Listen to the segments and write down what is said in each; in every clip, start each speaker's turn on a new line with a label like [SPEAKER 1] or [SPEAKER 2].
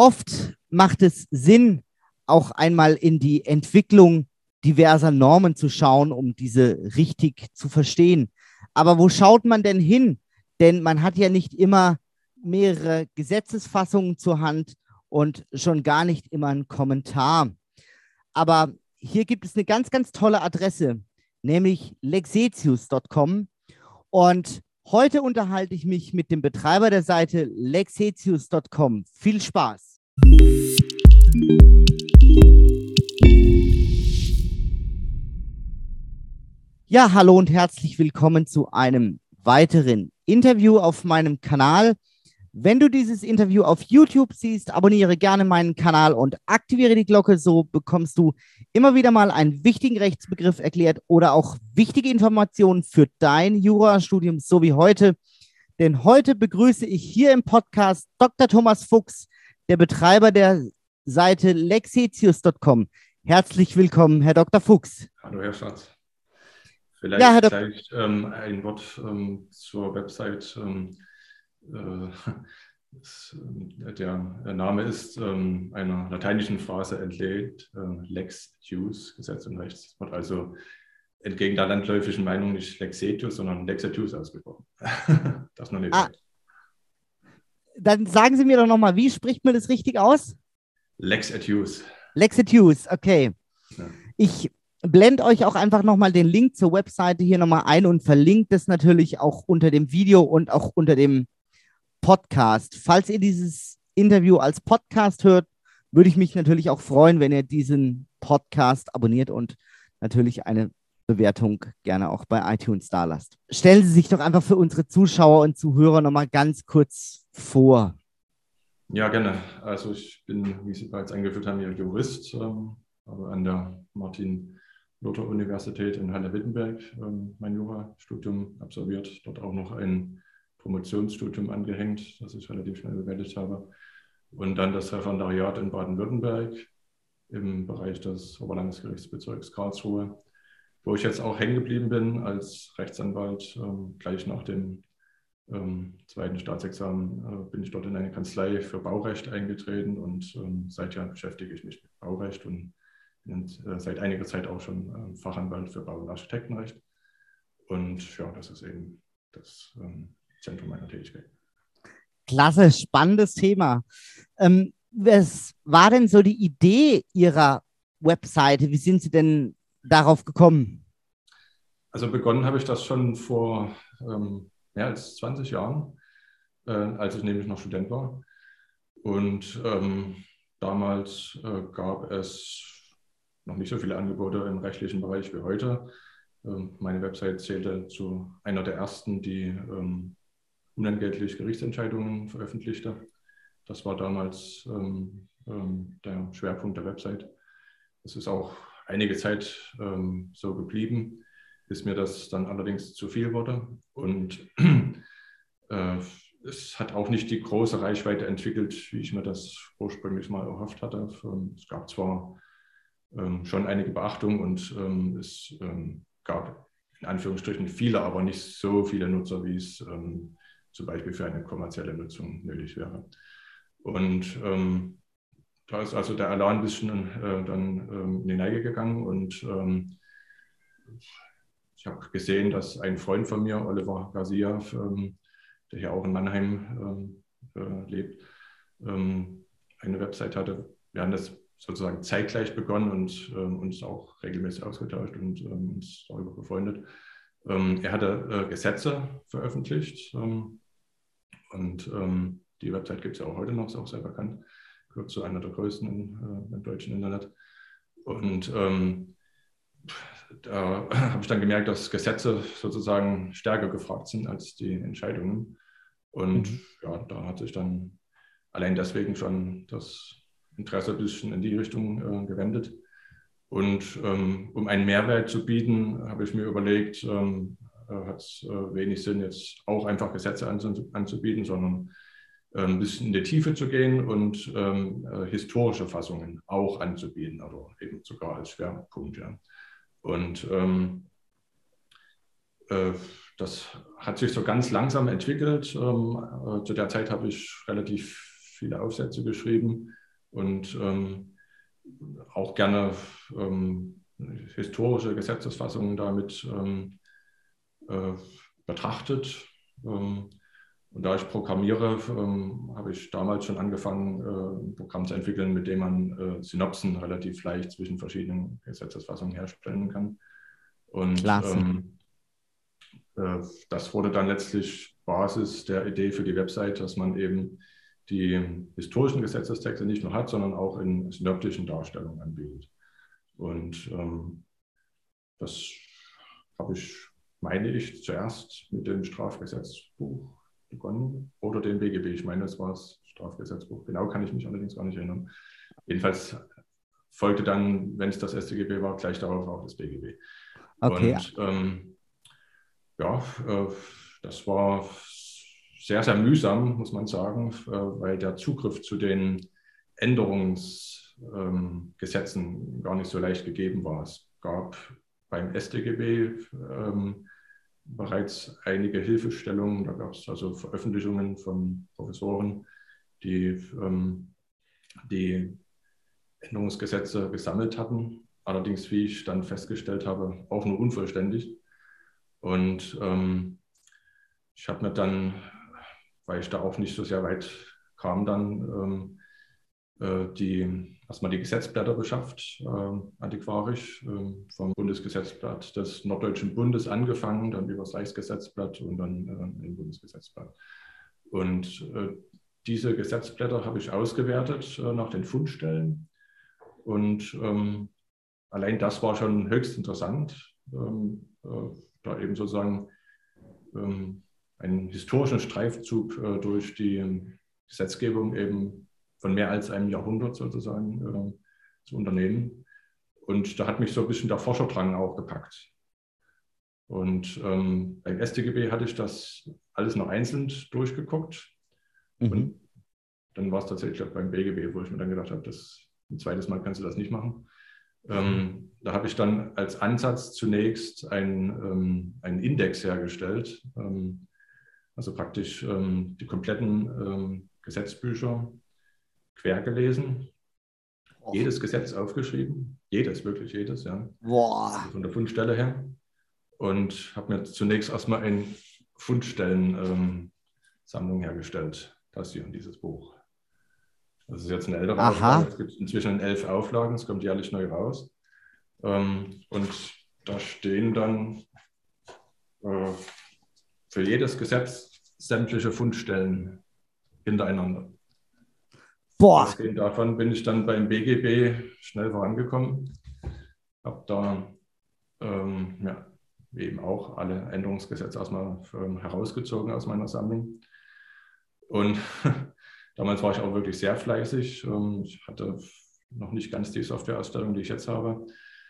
[SPEAKER 1] Oft macht es Sinn, auch einmal in die Entwicklung diverser Normen zu schauen, um diese richtig zu verstehen. Aber wo schaut man denn hin? Denn man hat ja nicht immer mehrere Gesetzesfassungen zur Hand und schon gar nicht immer einen Kommentar. Aber hier gibt es eine ganz, ganz tolle Adresse, nämlich lexetius.com. Und heute unterhalte ich mich mit dem Betreiber der Seite lexetius.com. Viel Spaß! Ja, hallo und herzlich willkommen zu einem weiteren Interview auf meinem Kanal. Wenn du dieses Interview auf YouTube siehst, abonniere gerne meinen Kanal und aktiviere die Glocke, so bekommst du immer wieder mal einen wichtigen Rechtsbegriff erklärt oder auch wichtige Informationen für dein Jurastudium, so wie heute. Denn heute begrüße ich hier im Podcast Dr. Thomas Fuchs, der Betreiber der Seite lexetius.com. Herzlich willkommen, Herr Dr. Fuchs.
[SPEAKER 2] Hallo, Herr Schatz. Vielleicht
[SPEAKER 1] ja,
[SPEAKER 2] gleich ein Wort zur Website. Der Name ist einer lateinischen Phrase entlehnt, Lex Ius, Gesetz und Recht. Es wird also entgegen der landläufigen Meinung nicht Lexetius, sondern Lexetius ausgesprochen. Das noch nicht.
[SPEAKER 1] Dann sagen Sie mir doch nochmal, wie spricht man das richtig aus?
[SPEAKER 2] Lexetius.
[SPEAKER 1] Lexetius, okay.
[SPEAKER 2] Ja.
[SPEAKER 1] Ich blende euch auch einfach nochmal den Link zur Webseite hier nochmal ein und verlinke das natürlich auch unter dem Video und auch unter dem Podcast. Falls ihr dieses Interview als Podcast hört, würde ich mich natürlich auch freuen, wenn ihr diesen Podcast abonniert und natürlich eine Bewertung gerne auch bei iTunes da lasst. Stellen Sie sich doch einfach für unsere Zuschauer und Zuhörer nochmal ganz kurz vor.
[SPEAKER 2] Ja, gerne. Also ich bin, wie Sie bereits eingeführt haben, Jurist, habe an der Martin-Luther-Universität in Halle-Wittenberg mein Jurastudium absolviert, dort auch noch ein Promotionsstudium angehängt, das ich relativ schnell bewältigt habe. Und dann das Referendariat in Baden-Württemberg im Bereich des Oberlandesgerichtsbezirks Karlsruhe, wo ich jetzt auch hängen geblieben bin als Rechtsanwalt. Gleich nach dem zweiten Staatsexamen bin ich dort in eine Kanzlei für Baurecht eingetreten und seither beschäftige ich mich mit Baurecht und bin seit einiger Zeit auch schon Fachanwalt für Bau- und Architektenrecht. Und ja, das ist eben das Zentrum meiner Tätigkeit.
[SPEAKER 1] Klasse, spannendes Thema. Was war denn so die Idee Ihrer Webseite? Wie sind Sie denn darauf gekommen?
[SPEAKER 2] Also begonnen habe ich das schon vor mehr als 20 Jahren, als ich nämlich noch Student war. Und damals gab es noch nicht so viele Angebote im rechtlichen Bereich wie heute. Meine Website zählte zu einer der ersten, die unentgeltlich Gerichtsentscheidungen veröffentlichte. Das war damals der Schwerpunkt der Website. Das ist auch einige Zeit so geblieben, bis mir das dann allerdings zu viel wurde. Und es hat auch nicht die große Reichweite entwickelt, wie ich mir das ursprünglich mal erhofft hatte. Es gab zwar schon einige Beachtung und es gab in Anführungsstrichen viele, aber nicht so viele Nutzer, wie es zum Beispiel für eine kommerzielle Nutzung nötig wäre. Und da ist also der Elan ein bisschen dann in die Neige gegangen und ich habe gesehen, dass ein Freund von mir, Oliver Garcia, der hier auch in Mannheim lebt, eine Website hatte. Wir haben das sozusagen zeitgleich begonnen und uns auch regelmäßig ausgetauscht und uns darüber befreundet. Er hatte Gesetze veröffentlicht und die Website gibt es ja auch heute noch, ist auch sehr bekannt, gehört zu einer der größten im deutschen Internet. Und da habe ich dann gemerkt, dass Gesetze sozusagen stärker gefragt sind als die Entscheidungen. Und ja, da hat sich dann allein deswegen schon das Interesse ein bisschen in die Richtung gewendet. Und um einen Mehrwert zu bieten, habe ich mir überlegt, hat es wenig Sinn, jetzt auch einfach Gesetze anzubieten, sondern ein bisschen in die Tiefe zu gehen und historische Fassungen auch anzubieten oder eben sogar als Schwerpunkt. Ja. Und das hat sich so ganz langsam entwickelt. Zu der Zeit habe ich relativ viele Aufsätze geschrieben und auch gerne historische Gesetzesfassungen damit betrachtet. Und da ich programmiere, habe ich damals schon angefangen, ein Programm zu entwickeln, mit dem man Synopsen relativ leicht zwischen verschiedenen Gesetzesfassungen herstellen kann. Und das wurde dann letztlich Basis der Idee für die Website, dass man eben die historischen Gesetzestexte nicht nur hat, sondern auch in synoptischen Darstellungen anbietet. Und das habe ich, meine ich, zuerst mit dem Strafgesetzbuch begonnen oder dem BGB. Ich meine, das war das Strafgesetzbuch. Genau kann ich mich allerdings gar nicht erinnern. Jedenfalls folgte dann, wenn es das StGB war, gleich darauf auch das BGB.
[SPEAKER 1] Okay.
[SPEAKER 2] Und das war sehr, sehr mühsam, muss man sagen, weil der Zugriff zu den Änderungsgesetzen gar nicht so leicht gegeben war. Es gab beim StGB bereits einige Hilfestellungen. Da gab es also Veröffentlichungen von Professoren, die die Änderungsgesetze gesammelt hatten. Allerdings, wie ich dann festgestellt habe, auch nur unvollständig. Und ich habe mir dann, weil ich da auch nicht so sehr weit kam, dann erstmal die Gesetzblätter beschafft, antiquarisch, vom Bundesgesetzblatt des Norddeutschen Bundes angefangen, dann über das Reichsgesetzblatt und dann im Bundesgesetzblatt. Und diese Gesetzblätter habe ich ausgewertet nach den Fundstellen. Und allein das war schon höchst interessant, da eben sozusagen einen historischen Streifzug durch die Gesetzgebung eben von mehr als einem Jahrhundert sozusagen zu unternehmen. Und da hat mich so ein bisschen der Forscherdrang auch gepackt. Und beim StGB hatte ich das alles noch einzeln durchgeguckt. Und dann war es tatsächlich auch beim BGB, wo ich mir dann gedacht habe, ein zweites Mal kannst du das nicht machen. Da habe ich dann als Ansatz zunächst einen Index hergestellt, also praktisch die kompletten Gesetzbücher quer gelesen, jedes Gesetz aufgeschrieben, wirklich jedes, ja, von der Fundstelle her. Und habe mir zunächst erstmal eine Fundstellensammlung hergestellt, das hier und dieses Buch. Das ist jetzt eine ältere Auflage, es gibt inzwischen 11 Auflagen, es kommt jährlich neu raus. Und da stehen dann für jedes Gesetz sämtliche Fundstellen hintereinander. Ausgehend davon bin ich dann beim BGB schnell vorangekommen, habe da eben auch alle Änderungsgesetze erstmal herausgezogen aus meiner Sammlung. Und damals war ich auch wirklich sehr fleißig. Ich hatte noch nicht ganz die Softwareausstattung, die ich jetzt habe.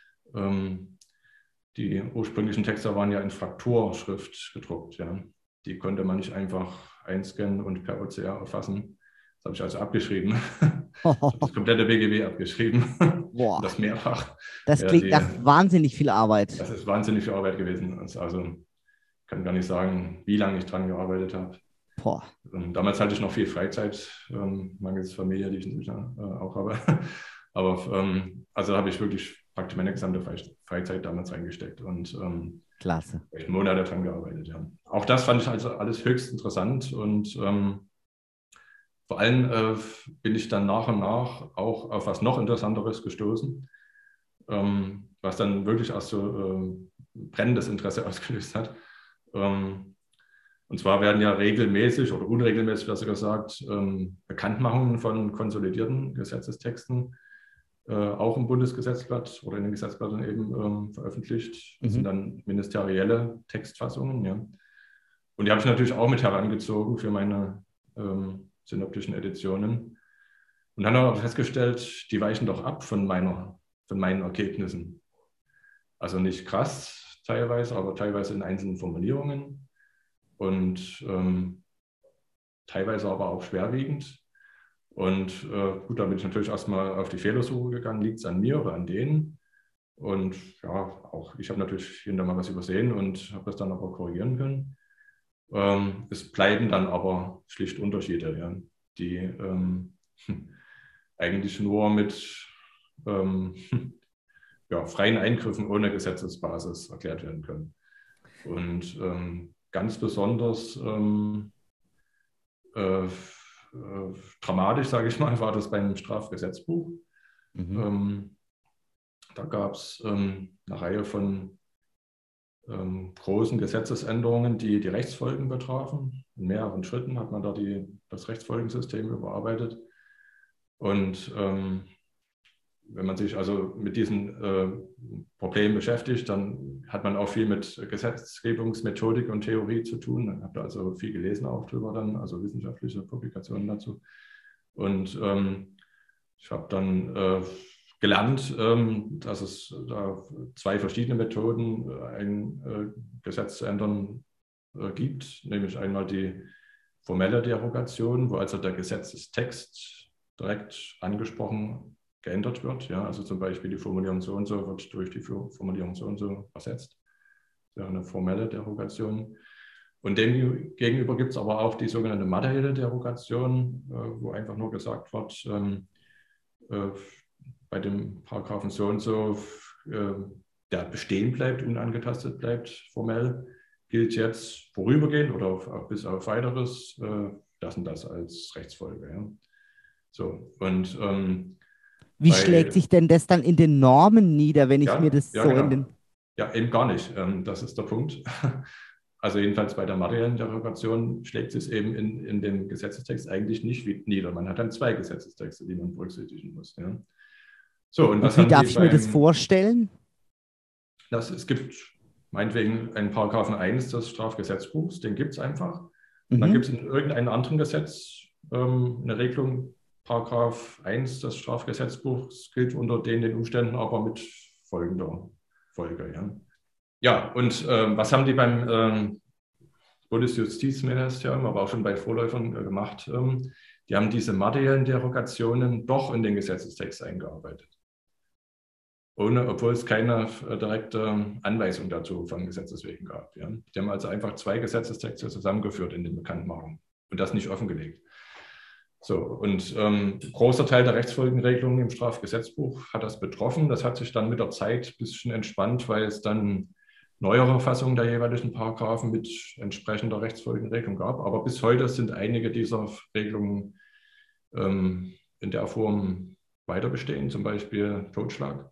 [SPEAKER 2] Die ursprünglichen Texte waren ja in Frakturschrift gedruckt. Ja. Die konnte man nicht einfach einscannen und per OCR erfassen. Das habe ich also abgeschrieben. Ich habe das komplette BGB abgeschrieben. Das mehrfach.
[SPEAKER 1] Das klingt nach wahnsinnig viel Arbeit.
[SPEAKER 2] Das ist wahnsinnig viel Arbeit gewesen. Also ich kann gar nicht sagen, wie lange ich dran gearbeitet habe. Damals hatte ich noch viel Freizeit, mangels Familie, die ich inzwischen auch habe. Aber also habe ich wirklich praktisch meine gesamte Freizeit damals reingesteckt und
[SPEAKER 1] Klasse.
[SPEAKER 2] Monate dran gearbeitet. Ja. Auch das fand ich also alles höchst interessant und vor allem bin ich dann nach und nach auch auf was noch Interessanteres gestoßen, was dann wirklich erst so brennendes Interesse ausgelöst hat. Und zwar werden ja regelmäßig oder unregelmäßig, besser gesagt, Bekanntmachungen von konsolidierten Gesetzestexten auch im Bundesgesetzblatt oder in den Gesetzblättern eben veröffentlicht. Das sind dann ministerielle Textfassungen. Ja. Und die habe ich natürlich auch mit herangezogen für meine synoptischen Editionen. Und dann habe ich festgestellt, die weichen doch ab von meinen Ergebnissen. Also nicht krass teilweise, aber teilweise in einzelnen Formulierungen. Und teilweise aber auch schwerwiegend. Und gut, da bin ich natürlich erstmal auf die Fehlersuche gegangen, liegt es an mir oder an denen? Und ja, auch ich habe natürlich hier und da mal was übersehen und habe das dann aber korrigieren können. Es bleiben dann aber schlicht Unterschiede. Ja. die eigentlich nur mit freien Eingriffen ohne Gesetzesbasis erklärt werden können. Und ganz besonders dramatisch, sage ich mal, war das beim Strafgesetzbuch. Da gab es eine Reihe von großen Gesetzesänderungen, die die Rechtsfolgen betrafen. In mehreren Schritten hat man da das Rechtsfolgensystem überarbeitet. Und wenn man sich also mit diesen Problemen beschäftigt, dann hat man auch viel mit Gesetzgebungsmethodik und Theorie zu tun. Ich habe da also viel gelesen auch drüber dann, also wissenschaftliche Publikationen dazu. Und ich habe dann gelernt, dass es da zwei verschiedene Methoden, ein Gesetz zu ändern gibt, nämlich einmal die formelle Derogation, wo also der Gesetzestext direkt angesprochen geändert wird. Ja, also zum Beispiel die Formulierung so und so wird durch die Formulierung so und so ersetzt. Das wäre eine formelle Derogation. Und dem gegenüber gibt es aber auch die sogenannte materielle Derogation, wo einfach nur gesagt wird, bei dem Paragraphen so und so, der bestehen bleibt, unangetastet bleibt, formell, gilt jetzt vorübergehend oder bis auf weiteres das und das als Rechtsfolge. Ja. So, und
[SPEAKER 1] wie schlägt sich denn das dann in den Normen nieder, wenn ich mir das so
[SPEAKER 2] genau.
[SPEAKER 1] in den...
[SPEAKER 2] Ja, eben gar nicht. Das ist der Punkt. Also jedenfalls bei der materiellen Derogation schlägt es eben in dem Gesetzestext eigentlich nicht nieder. Man hat dann zwei Gesetzestexte, die man berücksichtigen muss. Ja. So, und
[SPEAKER 1] wie darf ich mir das vorstellen?
[SPEAKER 2] Es gibt meinetwegen einen Paragraphen 1 des Strafgesetzbuchs, den gibt es einfach. Und dann gibt es in irgendeinem anderen Gesetz eine Regelung, Paragraph 1 des Strafgesetzbuchs gilt unter den Umständen aber mit folgender Folge. Ja, und was haben die beim Bundesjustizministerium, aber auch schon bei Vorläufern gemacht? Die haben diese materiellen Derogationen doch in den Gesetzestext eingearbeitet. Obwohl es keine direkte Anweisung dazu von Gesetzes wegen gab. Ja. Die haben also einfach zwei Gesetzestexte zusammengeführt in den Bekanntmachungen und das nicht offengelegt. So, und großer Teil der Rechtsfolgenregelungen im Strafgesetzbuch hat das betroffen. Das hat sich dann mit der Zeit ein bisschen entspannt, weil es dann neuere Fassungen der jeweiligen Paragraphen mit entsprechender Rechtsfolgenregelung gab. Aber bis heute sind einige dieser Regelungen in der Form weiter bestehen, zum Beispiel Totschlag.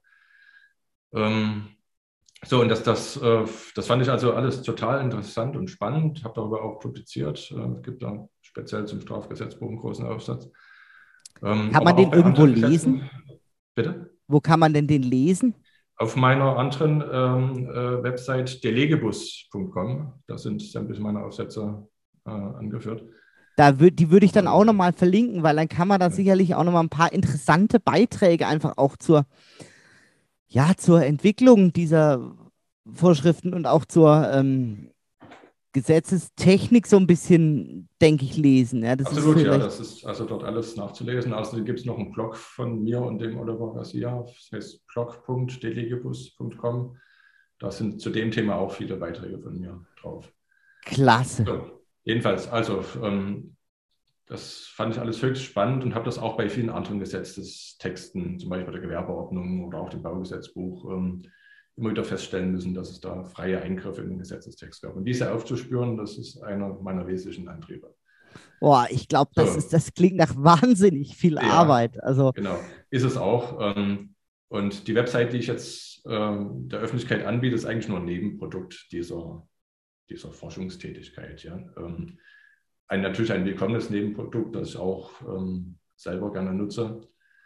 [SPEAKER 2] So, und das fand ich also alles total interessant und spannend. Habe darüber auch publiziert. Es gibt da speziell zum Strafgesetzbuch einen großen Aufsatz.
[SPEAKER 1] Kann man den irgendwo lesen?
[SPEAKER 2] Bitte?
[SPEAKER 1] Wo kann man denn den lesen?
[SPEAKER 2] Auf meiner anderen Website delegebus.com. Da sind sämtliche meine Aufsätze angeführt.
[SPEAKER 1] Die würde ich dann auch nochmal verlinken, weil dann kann man da sicherlich auch nochmal ein paar interessante Beiträge einfach auch zur Entwicklung dieser Vorschriften und auch zur Gesetzestechnik so ein bisschen, denke ich, lesen. Ja,
[SPEAKER 2] absolut, ja, das ist also dort alles nachzulesen. Außerdem gibt es noch einen Blog von mir und dem Oliver Garcia, das heißt blog.delegebus.com. Da sind zu dem Thema auch viele Beiträge von mir drauf.
[SPEAKER 1] Klasse.
[SPEAKER 2] So, jedenfalls, also das fand ich alles höchst spannend und habe das auch bei vielen anderen Gesetzestexten, zum Beispiel der Gewerbeordnung oder auch dem Baugesetzbuch, immer wieder feststellen müssen, dass es da freie Eingriffe in den Gesetzestext gab. Und diese aufzuspüren, das ist einer meiner wesentlichen Antriebe.
[SPEAKER 1] Boah, ich glaube, das klingt nach wahnsinnig viel Arbeit. Also,
[SPEAKER 2] genau, ist es auch. Und die Website, die ich jetzt der Öffentlichkeit anbiete, ist eigentlich nur ein Nebenprodukt dieser Forschungstätigkeit. Ja. Natürlich ein willkommenes Nebenprodukt, das ich auch selber gerne nutze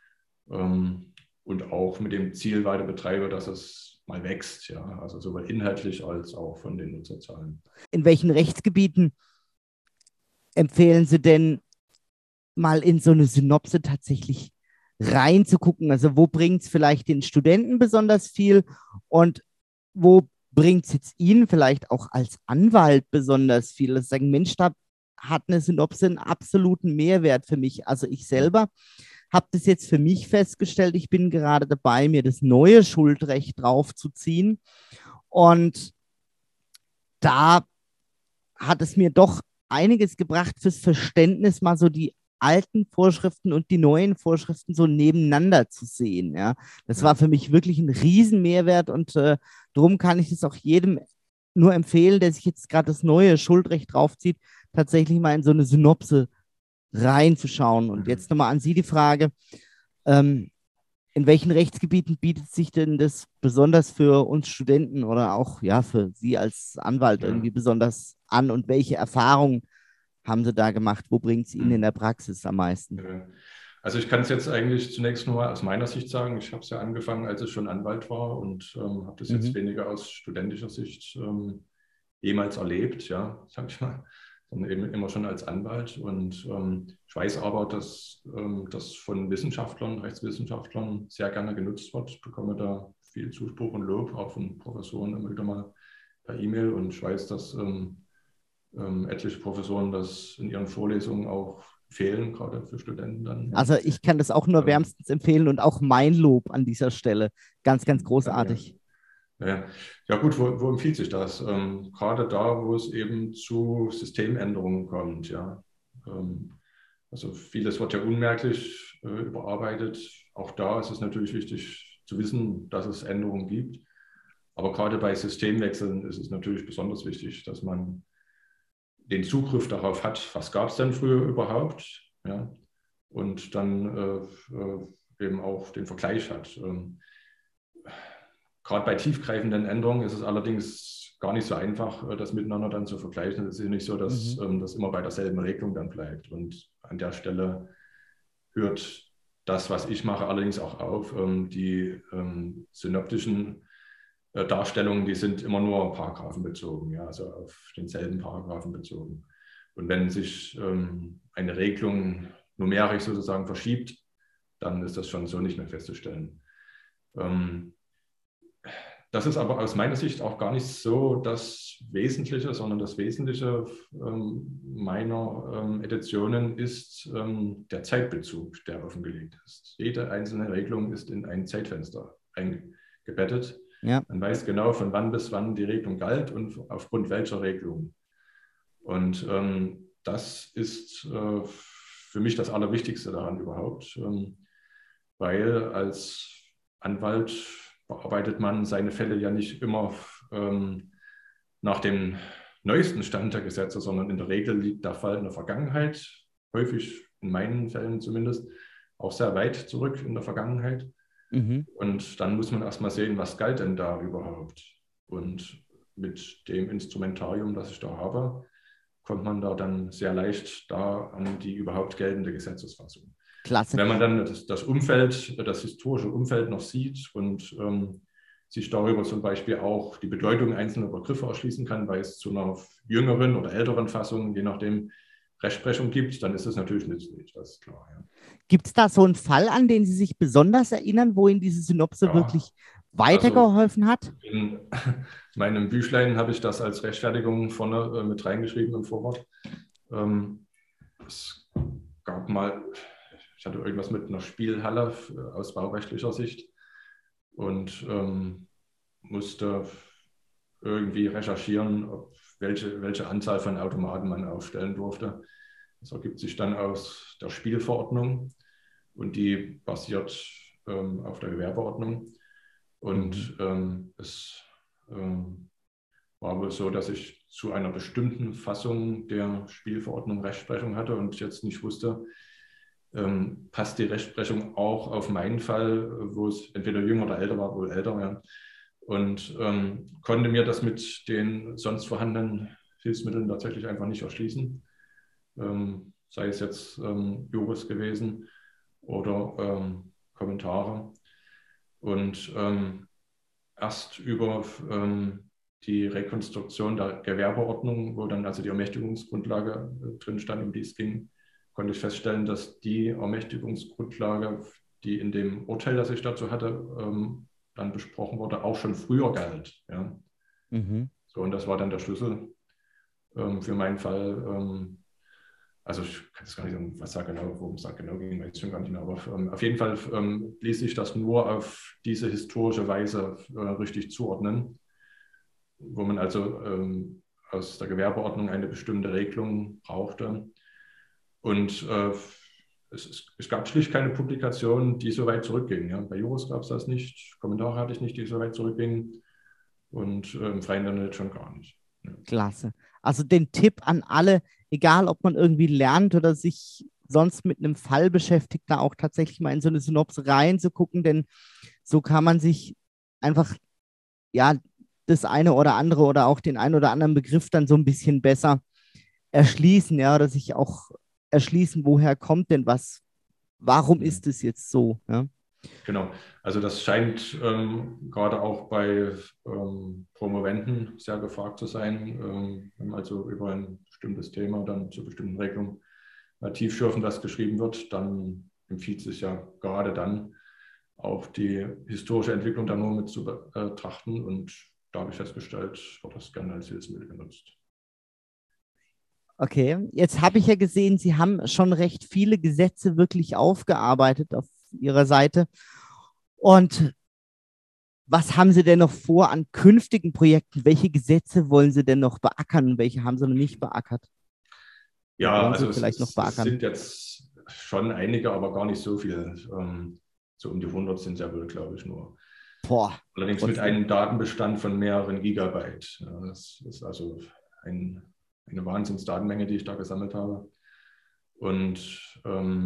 [SPEAKER 2] und auch mit dem Ziel weiter betreibe, dass es mal wächst, ja, also sowohl inhaltlich als auch von den Nutzerzahlen.
[SPEAKER 1] In welchen Rechtsgebieten empfehlen Sie denn mal in so eine Synopse tatsächlich reinzugucken? Also wo bringt es vielleicht den Studenten besonders viel und wo bringt es jetzt Ihnen vielleicht auch als Anwalt besonders viel? Also sagen, Mensch, da hat eine Synopse einen absoluten Mehrwert für mich. Also ich selber habe das jetzt für mich festgestellt. Ich bin gerade dabei, mir das neue Schuldrecht draufzuziehen. Und da hat es mir doch einiges gebracht fürs Verständnis, mal so die alten Vorschriften und die neuen Vorschriften so nebeneinander zu sehen. Ja. Das war für mich wirklich ein Riesenmehrwert und darum kann ich es auch jedem nur empfehlen, der sich jetzt gerade das neue Schuldrecht draufzieht, tatsächlich mal in so eine Synopse reinzuschauen. Und jetzt nochmal an Sie die Frage, in welchen Rechtsgebieten bietet sich denn das besonders für uns Studenten oder auch ja für Sie als Anwalt irgendwie besonders an und welche Erfahrungen haben Sie da gemacht? Wo bringt es Ihnen in der Praxis am meisten?
[SPEAKER 2] Also ich kann es jetzt eigentlich zunächst nur aus meiner Sicht sagen. Ich habe es ja angefangen, als ich schon Anwalt war und habe das jetzt weniger aus studentischer Sicht jemals erlebt, ja, sag ich mal, sondern eben immer schon als Anwalt. Und ich weiß aber, dass das von Wissenschaftlern, Rechtswissenschaftlern sehr gerne genutzt wird. Ich bekomme da viel Zuspruch und Lob, auch von Professoren immer wieder mal per E-Mail. Und ich weiß, dass etliche Professoren das in ihren Vorlesungen auch empfehlen, gerade für Studenten dann. Ja.
[SPEAKER 1] Also ich kann das auch nur wärmstens empfehlen und auch mein Lob an dieser Stelle. Ganz, ganz großartig.
[SPEAKER 2] Ja gut, wo empfiehlt sich das? Gerade da, wo es eben zu Systemänderungen kommt. Ja. Also vieles wird ja unmerklich überarbeitet. Auch da ist es natürlich wichtig zu wissen, dass es Änderungen gibt. Aber gerade bei Systemwechseln ist es natürlich besonders wichtig, dass man den Zugriff darauf hat, was gab es denn früher überhaupt, ja, und dann eben auch den Vergleich hat. Gerade bei tiefgreifenden Änderungen ist es allerdings gar nicht so einfach, das miteinander dann zu vergleichen. Es ist nicht so, dass das immer bei derselben Regelung dann bleibt. Und an der Stelle hört das, was ich mache, allerdings auch auf. Die synoptischen Darstellungen, die sind immer nur paragraphenbezogen, ja, also auf denselben Paragraphen bezogen. Und wenn sich eine Regelung numerisch sozusagen verschiebt, dann ist das schon so nicht mehr festzustellen. Das ist aber aus meiner Sicht auch gar nicht so das Wesentliche, sondern das Wesentliche meiner Editionen ist der Zeitbezug, der offengelegt ist. Jede einzelne Regelung ist in ein Zeitfenster eingebettet. Ja. Man weiß genau, von wann bis wann die Regelung galt und aufgrund welcher Regelung. Und das ist für mich das Allerwichtigste daran überhaupt, weil als Anwalt bearbeitet man seine Fälle ja nicht immer nach dem neuesten Stand der Gesetze, sondern in der Regel liegt der Fall in der Vergangenheit, häufig in meinen Fällen zumindest, auch sehr weit zurück in der Vergangenheit. Und dann muss man erstmal sehen, was galt denn da überhaupt. Und mit dem Instrumentarium, das ich da habe, kommt man da dann sehr leicht da an die überhaupt geltende Gesetzesfassung. Klasse. Wenn man dann das Umfeld, das historische Umfeld noch sieht und sich darüber zum Beispiel auch die Bedeutung einzelner Begriffe erschließen kann, weil es zu einer jüngeren oder älteren Fassung, je nachdem, Rechtsprechung gibt, dann ist es natürlich nützlich, das ist klar. Ja.
[SPEAKER 1] Gibt es da so einen Fall, an den Sie sich besonders erinnern, wo Ihnen diese Synopse wirklich weitergeholfen hat?
[SPEAKER 2] In meinem Büchlein habe ich das als Rechtfertigung vorne mit reingeschrieben im Vorwort. Es gab mal, ich hatte irgendwas mit einer Spielhalle aus baurechtlicher Sicht und musste irgendwie recherchieren, welche Anzahl von Automaten man aufstellen durfte. Das ergibt sich dann aus der Spielverordnung und die basiert auf der Gewerbeordnung. Und es war wohl so, dass ich zu einer bestimmten Fassung der Spielverordnung Rechtsprechung hatte und jetzt nicht wusste, passt die Rechtsprechung auch auf meinen Fall, wo es entweder jünger oder älter war, wohl älter, ja. Und konnte mir das mit den sonst vorhandenen Hilfsmitteln tatsächlich einfach nicht erschließen. Sei es jetzt Juris gewesen oder Kommentare. Und erst über die Rekonstruktion der Gewerbeordnung, wo dann also die Ermächtigungsgrundlage drin stand, um die es ging, konnte ich feststellen, dass die Ermächtigungsgrundlage, die in dem Urteil, das ich dazu hatte, dann besprochen wurde, auch schon früher galt. Ja. So, und das war dann der Schlüssel für meinen Fall. Also ich kann jetzt gar nicht sagen, was da genau, worum es da genau ging, weiß ich schon gar nicht mehr. Aber auf jeden Fall ließ sich das nur auf diese historische Weise richtig zuordnen, wo man also aus der Gewerbeordnung eine bestimmte Regelung brauchte. Und es gab schlicht keine Publikation, die so weit zurückging. Ja. Bei Juris gab es das nicht, Kommentare hatte ich nicht, die so weit zurückgingen und im freien Internet schon gar nicht. Ja.
[SPEAKER 1] Klasse. Also den Tipp an alle, egal ob man irgendwie lernt oder sich sonst mit einem Fall beschäftigt, da auch tatsächlich mal in so eine Synopse reinzugucken, denn so kann man sich einfach, ja, das eine oder andere oder auch den einen oder anderen Begriff dann so ein bisschen besser erschließen, ja, oder sich auch erschließen, woher kommt denn was, warum ist es jetzt so, ja?
[SPEAKER 2] Genau, also das scheint gerade auch bei Promovenden sehr gefragt zu sein, wenn also über ein bestimmtes Thema dann zu bestimmten Regelungen tiefschürfend was geschrieben wird, dann empfiehlt sich ja gerade dann auch die historische Entwicklung da nur mit zu betrachten, und da habe ich festgestellt, wird das gerne als Hilfsmittel genutzt.
[SPEAKER 1] Okay, jetzt habe ich ja gesehen, Sie haben schon recht viele Gesetze wirklich aufgearbeitet auf Ihrer Seite. Und was haben Sie denn noch vor an künftigen Projekten? Welche Gesetze wollen Sie denn noch beackern und welche haben Sie noch nicht beackert?
[SPEAKER 2] Ja,
[SPEAKER 1] Wollen Sie
[SPEAKER 2] also
[SPEAKER 1] vielleicht noch
[SPEAKER 2] es
[SPEAKER 1] beackern?
[SPEAKER 2] sind jetzt schon einige, aber gar nicht so viele. So um die 100 sind es ja wohl, glaube ich, nur.
[SPEAKER 1] Boah,
[SPEAKER 2] Allerdings mit
[SPEAKER 1] trotzdem.
[SPEAKER 2] einem Datenbestand von mehreren Gigabyte. Ja, das ist also eine Wahnsinnsdatenmenge, die ich da gesammelt habe. Und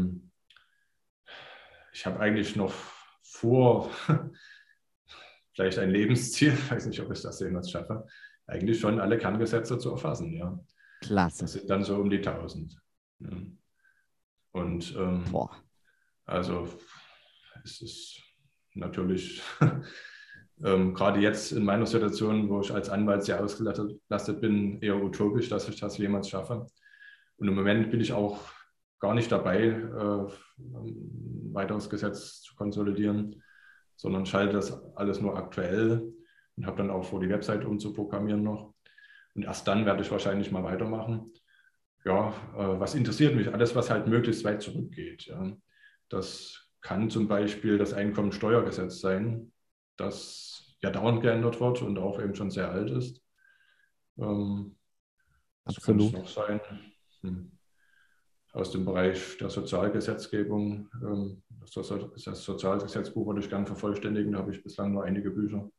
[SPEAKER 2] ich habe eigentlich noch vor, vielleicht ein Lebensziel, ich weiß nicht, ob ich das jemals schaffe, eigentlich schon alle Kerngesetze zu erfassen. Ja.
[SPEAKER 1] Klasse.
[SPEAKER 2] Das sind dann so um die 1000. Ja. Und
[SPEAKER 1] Boah.
[SPEAKER 2] also es ist natürlich gerade jetzt in meiner Situation, wo ich als Anwalt sehr ausgelastet bin, eher utopisch, dass ich das jemals schaffe. Und im Moment bin ich auch gar nicht dabei, ein weiteres Gesetz zu konsolidieren, sondern schalte das alles nur aktuell und habe dann auch vor, die Website umzuprogrammieren noch. Und erst dann werde ich wahrscheinlich mal weitermachen. Ja, was interessiert mich? Alles, was halt möglichst weit zurückgeht. Ja. Das kann zum Beispiel das Einkommensteuergesetz sein, das ja dauernd geändert wird und auch eben schon sehr alt ist. Was kann es
[SPEAKER 1] Absolut.
[SPEAKER 2] noch sein? Aus dem Bereich der Sozialgesetzgebung. Das Sozialgesetzbuch würde ich gerne vervollständigen, da habe ich bislang nur einige Bücher.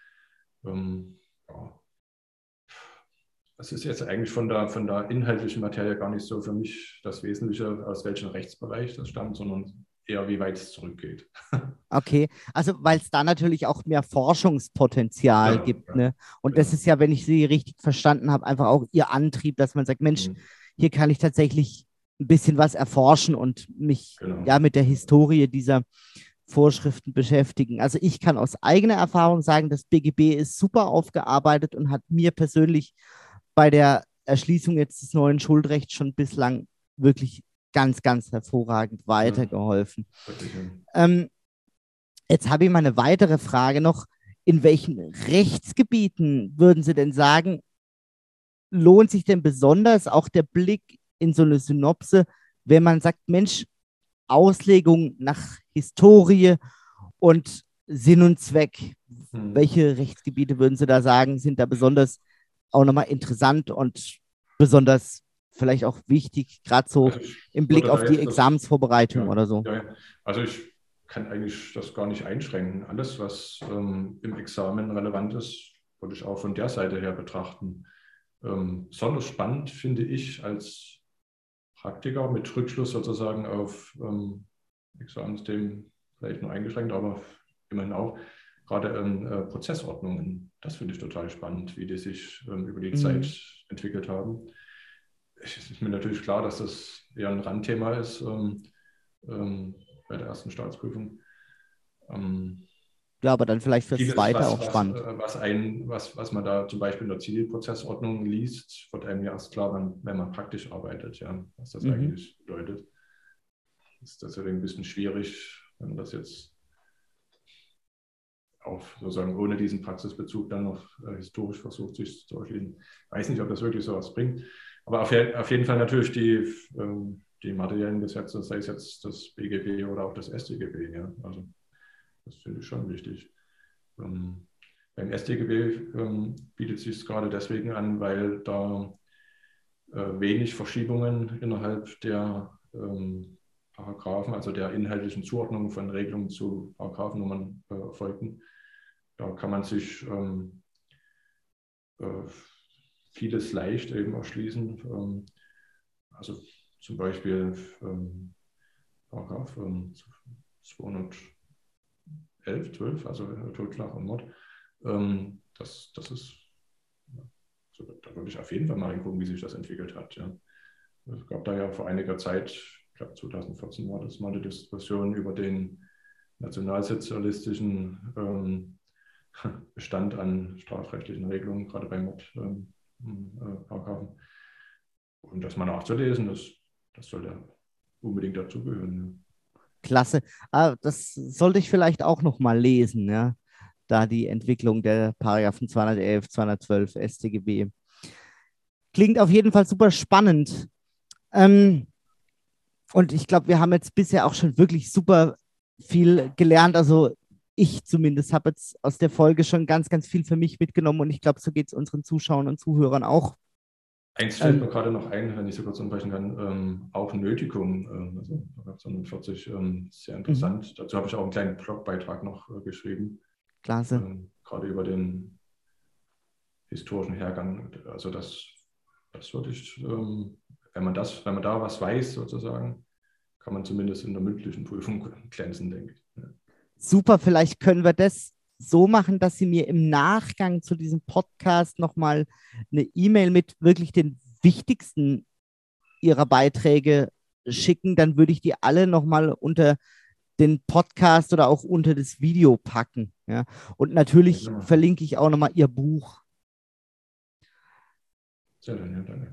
[SPEAKER 2] Ja. Das ist jetzt eigentlich von der inhaltlichen Materie gar nicht so für mich das Wesentliche, aus welchem Rechtsbereich das stammt, sondern eher, wie weit es zurückgeht.
[SPEAKER 1] Okay, also weil es da natürlich auch mehr Forschungspotenzial
[SPEAKER 2] Genau,
[SPEAKER 1] gibt,
[SPEAKER 2] ja,
[SPEAKER 1] ne? Und das
[SPEAKER 2] genau.
[SPEAKER 1] ist ja, wenn ich Sie richtig verstanden habe, einfach auch Ihr Antrieb, dass man sagt, Mensch,
[SPEAKER 2] Mhm.
[SPEAKER 1] hier kann ich tatsächlich ein bisschen was erforschen und mich
[SPEAKER 2] Genau.
[SPEAKER 1] ja mit der Historie dieser Vorschriften beschäftigen. Also ich kann aus eigener Erfahrung sagen, das BGB ist super aufgearbeitet und hat mir persönlich bei der Erschließung jetzt des neuen Schuldrechts schon bislang wirklich ganz, ganz hervorragend
[SPEAKER 2] Ja,
[SPEAKER 1] weitergeholfen.
[SPEAKER 2] wirklich, ja.
[SPEAKER 1] Jetzt habe ich mal eine weitere Frage noch. In welchen Rechtsgebieten würden Sie denn sagen, lohnt sich denn besonders auch der Blick in so eine Synopse, wenn man sagt, Mensch, Auslegung nach Historie und Sinn und Zweck.
[SPEAKER 2] Mhm.
[SPEAKER 1] Welche Rechtsgebiete würden Sie da sagen, sind da besonders auch nochmal interessant und besonders vielleicht auch wichtig, gerade so
[SPEAKER 2] Also ich
[SPEAKER 1] im Blick
[SPEAKER 2] würde
[SPEAKER 1] auf
[SPEAKER 2] da
[SPEAKER 1] die
[SPEAKER 2] jetzt
[SPEAKER 1] Examensvorbereitung
[SPEAKER 2] ja,
[SPEAKER 1] oder so?
[SPEAKER 2] ja, ja. Also ich kann eigentlich das gar nicht einschränken. Alles, was im Examen relevant ist, würde ich auch von der Seite her betrachten. Besonders spannend finde ich als Praktiker mit Rückschluss sozusagen auf Examensthemen, vielleicht nur eingeschränkt, aber immerhin auch, gerade Prozessordnungen. Das finde ich total spannend, wie die sich über die
[SPEAKER 1] Mhm.
[SPEAKER 2] Zeit entwickelt haben. Es ist mir natürlich klar, dass das eher ein Randthema ist bei der ersten Staatsprüfung.
[SPEAKER 1] Ja, aber dann vielleicht fürs
[SPEAKER 2] Vieles,
[SPEAKER 1] Zweite auch spannend.
[SPEAKER 2] was man da zum Beispiel in der Zivilprozessordnung liest, wird einem ja erst klar, wenn man praktisch arbeitet, ja, was das
[SPEAKER 1] Mhm.
[SPEAKER 2] eigentlich bedeutet. Ist deswegen ein bisschen schwierig, wenn man das jetzt auf sozusagen ohne diesen Praxisbezug dann noch historisch versucht, sich zu erschließen. Ich weiß nicht, ob das wirklich so was bringt. Aber auf jeden Fall natürlich die materiellen Gesetze, sei es jetzt das BGB oder auch das StGB. Ja. Also das finde ich schon wichtig. Beim StGB bietet es sich gerade deswegen an, weil da wenig Verschiebungen innerhalb der Paragraphen, also der inhaltlichen Zuordnung von Regelungen zu Paragraphennummern erfolgten. Da kann man sich vieles leicht eben erschließen. Also zum Beispiel Paragraph 211, 12, also Totschlag und Mord. Das ist, also da würde ich auf jeden Fall mal hingucken, wie sich das entwickelt hat. Ja. Es gab da ja vor einiger Zeit, ich glaube 2014 war das mal eine Diskussion über den nationalsozialistischen Bestand an strafrechtlichen Regelungen, gerade bei Mordparagraphen. Und das mal nachzulesen, das sollte unbedingt dazugehören. Ja.
[SPEAKER 1] Klasse. Das sollte ich vielleicht auch noch mal lesen, ja? Da die Entwicklung der Paragraphen 211, 212 StGB. Klingt auf jeden Fall super spannend. Und ich glaube, wir haben jetzt bisher auch schon wirklich super viel gelernt. Also ich zumindest habe jetzt aus der Folge schon ganz, ganz viel für mich mitgenommen und ich glaube, so geht es unseren Zuschauern und Zuhörern auch.
[SPEAKER 2] Eins fällt mir gerade noch ein, wenn ich so kurz unterbrechen kann, auch Nötigung, also Paragraph 49, sehr interessant. Dazu habe ich auch einen kleinen Blogbeitrag noch geschrieben.
[SPEAKER 1] Klasse.
[SPEAKER 2] Gerade über den historischen Hergang. Also das würde ich, wenn man da was weiß sozusagen, kann man zumindest in der mündlichen Prüfung glänzen, denke ich. Ja.
[SPEAKER 1] Super, vielleicht können wir das so machen, dass Sie mir im Nachgang zu diesem Podcast nochmal eine E-Mail mit wirklich den wichtigsten Ihrer Beiträge schicken. Dann würde ich die alle nochmal unter den Podcast oder auch unter das Video packen. Ja? Und natürlich verlinke ich auch nochmal Ihr Buch.
[SPEAKER 2] Sehr schön, ja, danke.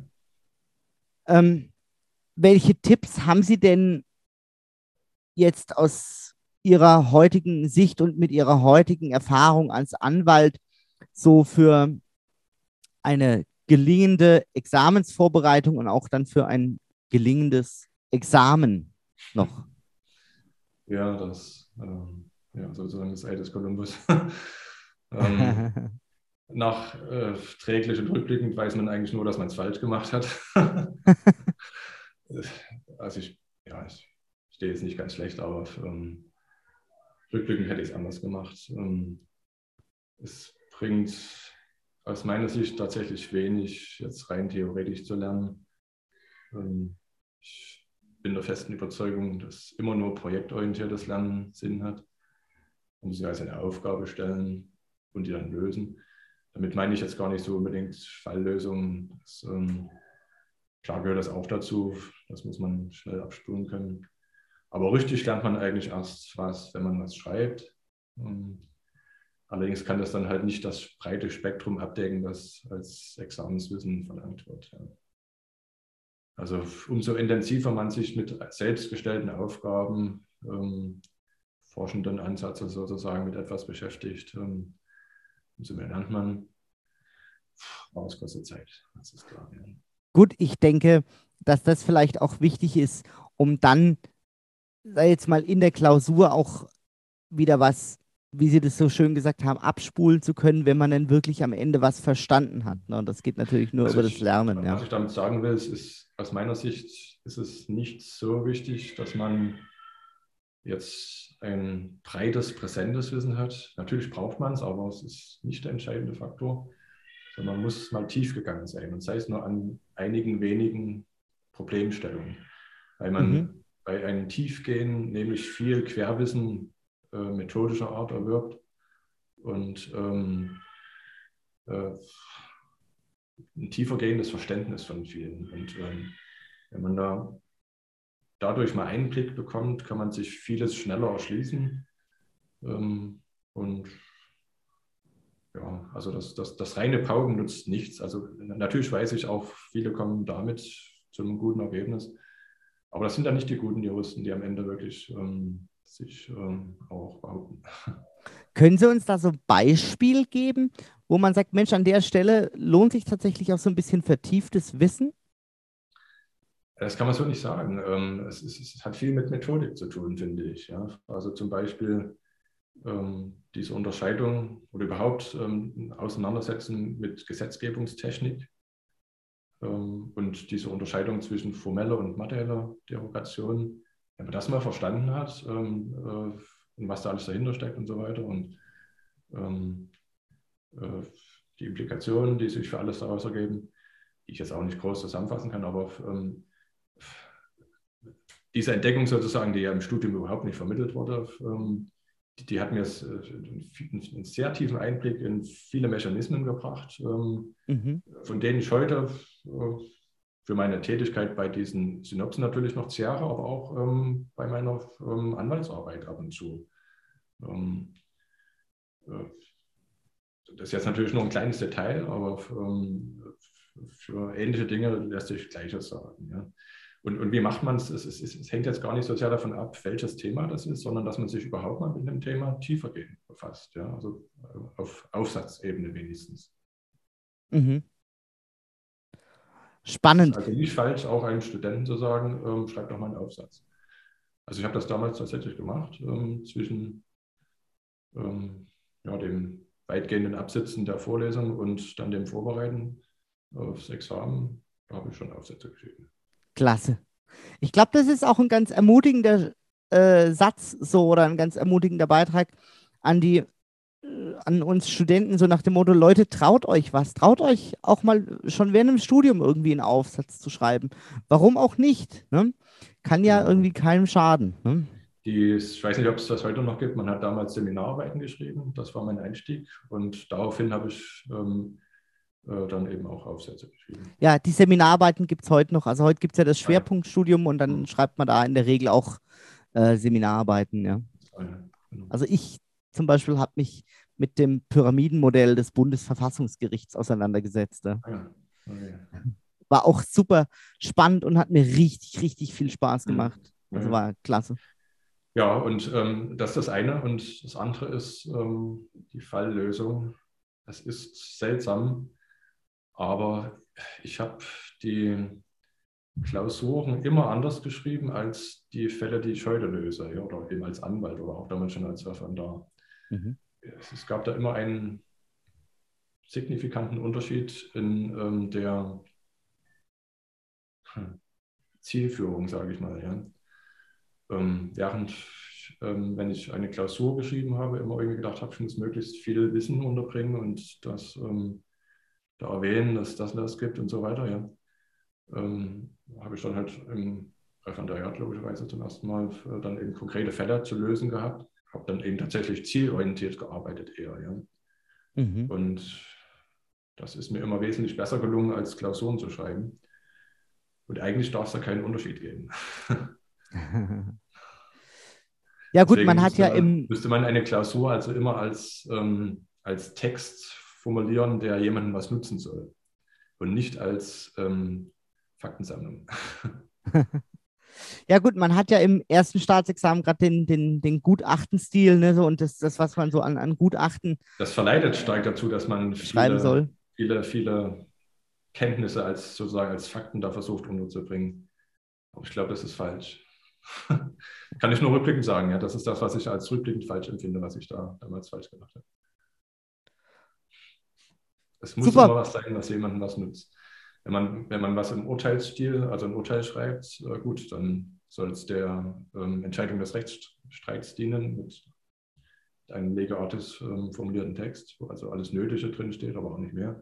[SPEAKER 1] Welche Tipps haben Sie denn jetzt aus Ihrer heutigen Sicht und mit Ihrer heutigen Erfahrung als Anwalt so für eine gelingende Examensvorbereitung und auch dann für ein gelingendes Examen noch?
[SPEAKER 2] Ja, sozusagen das Ei des Kolumbus. Nachträglich und rückblickend weiß man eigentlich nur, dass man es falsch gemacht hat. Also ich stehe jetzt nicht ganz schlecht, aber rückblickend hätte ich es anders gemacht. Es bringt aus meiner Sicht tatsächlich wenig, jetzt rein theoretisch zu lernen. Ich bin der festen Überzeugung, dass immer nur projektorientiertes Lernen Sinn hat. Man muss sich also eine Aufgabe stellen und die dann lösen. Damit meine ich jetzt gar nicht so unbedingt Falllösungen. Klar gehört das auch dazu, das muss man schnell abspulen können. Aber richtig lernt man eigentlich erst was, wenn man was schreibt. Allerdings kann das dann halt nicht das breite Spektrum abdecken, das als Examenswissen verlangt wird. Ja. Also umso intensiver man sich mit selbstgestellten Aufgaben, forschenden Ansätzen sozusagen mit etwas beschäftigt, umso mehr lernt man. Aber es kostet Zeit, das ist klar. Ja.
[SPEAKER 1] Gut, ich denke, dass das vielleicht auch wichtig ist, um dann, sei jetzt mal in der Klausur auch wieder was, wie Sie das so schön gesagt haben, abspulen zu können, wenn man dann wirklich am Ende was verstanden hat. Ne? Und das geht natürlich nur über das Lernen.
[SPEAKER 2] Was ich damit sagen will, ist, aus meiner Sicht ist es nicht so wichtig, dass man jetzt ein breites, präsentes Wissen hat. Natürlich braucht man es, aber es ist nicht der entscheidende Faktor. Sondern man muss mal tief gegangen sein und sei es nur an einigen wenigen Problemstellungen. Weil man bei einem Tiefgehen nämlich viel Querwissen methodischer Art erwirbt und ein tiefer gehendes Verständnis von vielen. Und wenn man dadurch mal Einblick bekommt, kann man sich vieles schneller erschließen. Und ja, also das reine Pauken nutzt nichts. Also natürlich weiß ich auch, viele kommen damit zu einem guten Ergebnis. Aber das sind dann nicht die guten Juristen, die am Ende wirklich sich auch behaupten.
[SPEAKER 1] Können Sie uns da so ein Beispiel geben, wo man sagt, Mensch, an der Stelle lohnt sich tatsächlich auch so ein bisschen vertieftes Wissen?
[SPEAKER 2] Das kann man so nicht sagen. Es hat viel mit Methodik zu tun, finde ich. Ja? Also zum Beispiel diese Unterscheidung oder überhaupt Auseinandersetzen mit Gesetzgebungstechnik und diese Unterscheidung zwischen formeller und materieller Derogation wenn man das mal verstanden hat und was da alles dahinter steckt und so weiter und die Implikationen, die sich für alles daraus ergeben, die ich jetzt auch nicht groß zusammenfassen kann, aber diese Entdeckung sozusagen, die ja im Studium überhaupt nicht vermittelt wurde, die hat mir einen sehr tiefen Einblick in viele Mechanismen gebracht, von denen ich heute für meine Tätigkeit bei diesen Synopsen natürlich noch zehre, aber auch bei meiner Anwaltsarbeit ab und zu. Das ist jetzt natürlich nur ein kleines Detail, aber für ähnliche Dinge lässt sich Gleiches sagen. Ja. Und wie macht man es? Es hängt jetzt gar nicht so sehr davon ab, welches Thema das ist, sondern dass man sich überhaupt mal mit dem Thema tiefergehend befasst. Ja? Also auf Aufsatzebene wenigstens.
[SPEAKER 1] Mhm. Spannend.
[SPEAKER 2] Also nicht falsch, auch einem Studenten zu sagen, schreib doch mal einen Aufsatz. Also ich habe das damals tatsächlich gemacht, zwischen dem weitgehenden Absitzen der Vorlesung und dann dem Vorbereiten aufs Examen. Da habe ich schon Aufsätze geschrieben.
[SPEAKER 1] Klasse. Ich glaube, das ist auch ein ganz ermutigender Satz so oder ein ganz ermutigender Beitrag an uns Studenten, so nach dem Motto, Leute, traut euch was. Traut euch auch mal schon während dem Studium irgendwie einen Aufsatz zu schreiben. Warum auch nicht? Ne? Kann ja irgendwie keinem schaden. Ne?
[SPEAKER 2] Ich weiß nicht, ob es das heute noch gibt. Man hat damals Seminararbeiten geschrieben. Das war mein Einstieg. Und daraufhin habe ich dann eben auch Aufsätze geschrieben.
[SPEAKER 1] Ja, die Seminararbeiten gibt es heute noch. Also heute gibt es ja das Schwerpunktstudium und dann schreibt man da in der Regel auch Seminararbeiten. Ja. Genau. Also ich zum Beispiel habe mich mit dem Pyramidenmodell des Bundesverfassungsgerichts auseinandergesetzt. Ja. Okay. War auch super spannend und hat mir richtig, richtig viel Spaß gemacht. Also war klasse.
[SPEAKER 2] Ja, und das ist das eine. Und das andere ist die Falllösung. Das ist seltsam, aber ich habe die Klausuren immer anders geschrieben als die Fälle, die ich heute löse, ja, oder eben als Anwalt oder auch damals schon als Referendar. Es gab da immer einen signifikanten Unterschied in der Zielführung, sage ich mal. Ja. Während, wenn ich eine Klausur geschrieben habe, immer irgendwie gedacht habe, ich muss möglichst viel Wissen unterbringen und das da erwähnen, dass das gibt und so weiter. Ja. Habe ich dann halt im Referendariat logischerweise zum ersten Mal dann eben konkrete Fälle zu lösen gehabt. Habe dann eben tatsächlich zielorientiert gearbeitet eher. Ja. Und das ist mir immer wesentlich besser gelungen, als Klausuren zu schreiben. Und eigentlich darf es da keinen Unterschied geben.
[SPEAKER 1] Ja gut, man hat ja
[SPEAKER 2] müsste man eine Klausur also immer als Text formulieren, der jemandem was nutzen soll. Und nicht als Faktensammlung.
[SPEAKER 1] Ja gut, man hat ja im ersten Staatsexamen gerade den Gutachtenstil, ne, so, und das, was man so an Gutachten
[SPEAKER 2] das verleitet stark dazu, dass man
[SPEAKER 1] schreiben soll.
[SPEAKER 2] Viele Kenntnisse sozusagen als Fakten da versucht unterzubringen. Aber ich glaube, das ist falsch. Kann ich nur rückblickend sagen, ja, das ist das, was ich als rückblickend falsch empfinde, was ich da damals falsch gemacht habe. Es muss immer was sein, was jemandem was nützt. Wenn man was im Urteilsstil, also ein Urteil schreibt, gut, dann soll es der Entscheidung des Rechtsstreits dienen mit einem lege artis formulierten Text, wo also alles Nötige drinsteht, aber auch nicht mehr.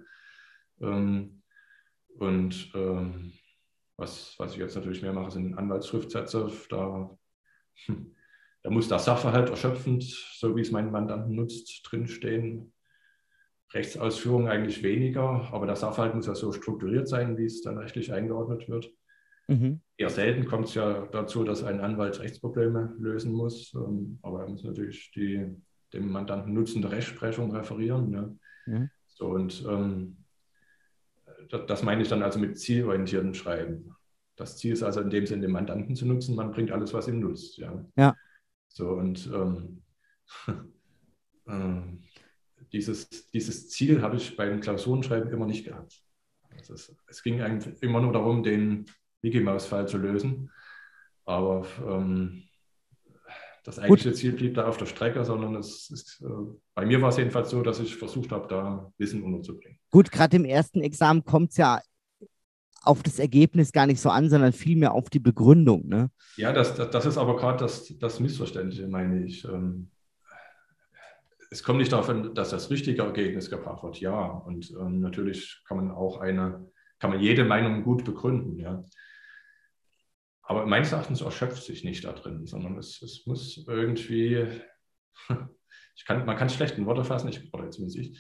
[SPEAKER 2] Was ich jetzt natürlich mehr mache, sind Anwaltsschriftsätze. Da muss der Sachverhalt erschöpfend, so wie es meinen Mandanten nutzt, drinstehen. Rechtsausführung eigentlich weniger, aber der Sachverhalt muss ja so strukturiert sein, wie es dann rechtlich eingeordnet wird. Eher selten kommt es ja dazu, dass ein Anwalt Rechtsprobleme lösen muss, aber er muss natürlich dem Mandanten nutzende Rechtsprechung referieren. Ne? So, und das meine ich dann also mit zielorientierten Schreiben. Das Ziel ist also in dem Sinne, den Mandanten zu nutzen, man bringt alles, was ihm nutzt. Ja. So, und dieses Ziel habe ich beim Klausurenschreiben immer nicht gehabt. Also es ging eigentlich immer nur darum, den Mickey-Maus-Fall zu lösen. Aber das eigentliche Ziel blieb da auf der Strecke, sondern bei mir war es jedenfalls so, dass ich versucht habe, da Wissen unterzubringen.
[SPEAKER 1] Gut, gerade im ersten Examen kommt es ja auf das Ergebnis gar nicht so an, sondern vielmehr auf die Begründung. Ne?
[SPEAKER 2] Ja, das ist aber gerade das Missverständliche, meine ich. Es kommt nicht davon, dass das richtige Ergebnis gebracht wird, ja. Und natürlich kann man jede Meinung gut begründen, ja. Aber meines Erachtens erschöpft sich nicht da drin, sondern es muss irgendwie, man kann es schlecht in Worte fassen, oder zumindest ich,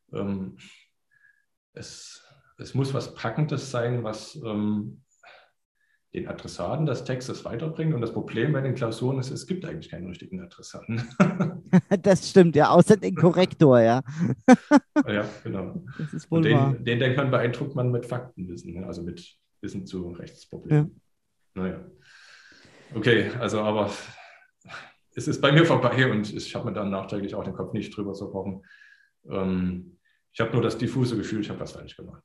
[SPEAKER 2] es muss was Packendes sein, was den Adressaten des Textes weiterbringt. Und das Problem bei den Klausuren ist, es gibt eigentlich keinen richtigen Adressaten.
[SPEAKER 1] Das stimmt, ja, außer den Korrektor, ja.
[SPEAKER 2] Ja, genau.
[SPEAKER 1] Das ist wohl
[SPEAKER 2] Und
[SPEAKER 1] wahr.
[SPEAKER 2] den denkt man, beeindruckt man mit Faktenwissen, also mit Wissen zu Rechtsproblemen. Ja. Naja. Okay, also aber es ist bei mir vorbei und ich habe mir dann nachträglich auch den Kopf nicht drüber zerbrochen. Ich habe nur das diffuse Gefühl, ich habe was falsch gemacht.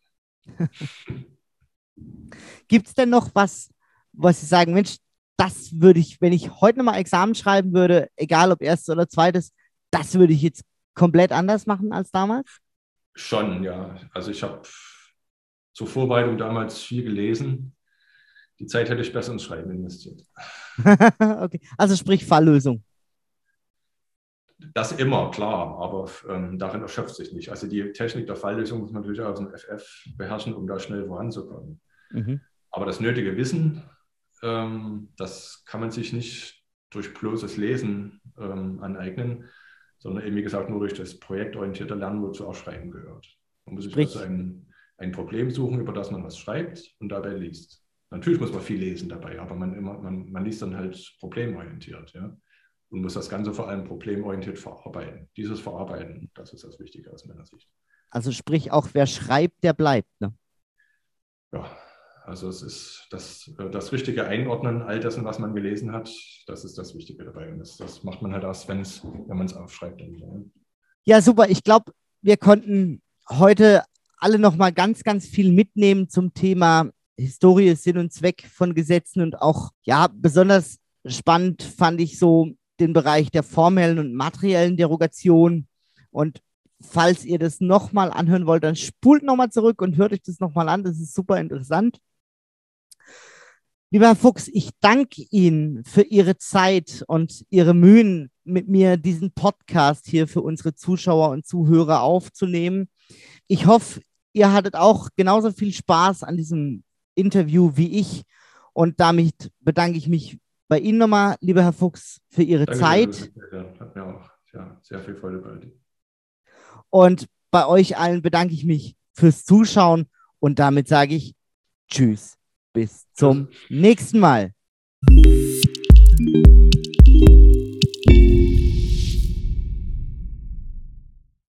[SPEAKER 1] Gibt es denn noch was Sie sagen, Mensch, das würde ich, wenn ich heute nochmal Examen schreiben würde, egal ob erstes oder zweites, das würde ich jetzt komplett anders machen als damals?
[SPEAKER 2] Schon, ja. Also ich habe zur Vorbereitung damals viel gelesen. Die Zeit hätte ich besser ins Schreiben investiert.
[SPEAKER 1] Okay, also sprich Falllösung.
[SPEAKER 2] Das immer, klar, aber darin erschöpft sich nicht. Also die Technik der Falllösung muss man natürlich aus dem FF beherrschen, um da schnell voranzukommen. Mhm. Aber das nötige Wissen, das kann man sich nicht durch bloßes Lesen aneignen, sondern eben, wie gesagt, nur durch das projektorientierte Lernen, wozu auch Schreiben gehört. Man muss sich also ein Problem suchen, über das man was schreibt und dabei liest. Natürlich muss man viel lesen dabei, aber man liest dann halt problemorientiert, ja, und muss das Ganze vor allem problemorientiert verarbeiten. Dieses Verarbeiten, das ist das Wichtige aus meiner Sicht.
[SPEAKER 1] Also sprich auch, wer schreibt, der bleibt, ne? Ja.
[SPEAKER 2] Also es ist das richtige Einordnen all dessen, was man gelesen hat, das ist das Wichtige dabei. Und das macht man halt erst, wenn man es aufschreibt.
[SPEAKER 1] Ja, super. Ich glaube, wir konnten heute alle noch mal ganz, ganz viel mitnehmen zum Thema Historie, Sinn und Zweck von Gesetzen und auch, ja, besonders spannend fand ich so den Bereich der formellen und materiellen Derogation. Und falls ihr das nochmal anhören wollt, dann spult nochmal zurück und hört euch das nochmal an. Das ist super interessant. Lieber Herr Fuchs, ich danke Ihnen für Ihre Zeit und Ihre Mühen, mit mir diesen Podcast hier für unsere Zuschauer und Zuhörer aufzunehmen. Ich hoffe, ihr hattet auch genauso viel Spaß an diesem Interview wie ich. Und damit bedanke ich mich bei Ihnen nochmal, lieber Herr Fuchs, für Ihre Zeit.
[SPEAKER 2] Hat mir auch sehr viel Freude bei dir.
[SPEAKER 1] Und bei euch allen bedanke ich mich fürs Zuschauen und damit sage ich Tschüss. Bis zum nächsten Mal.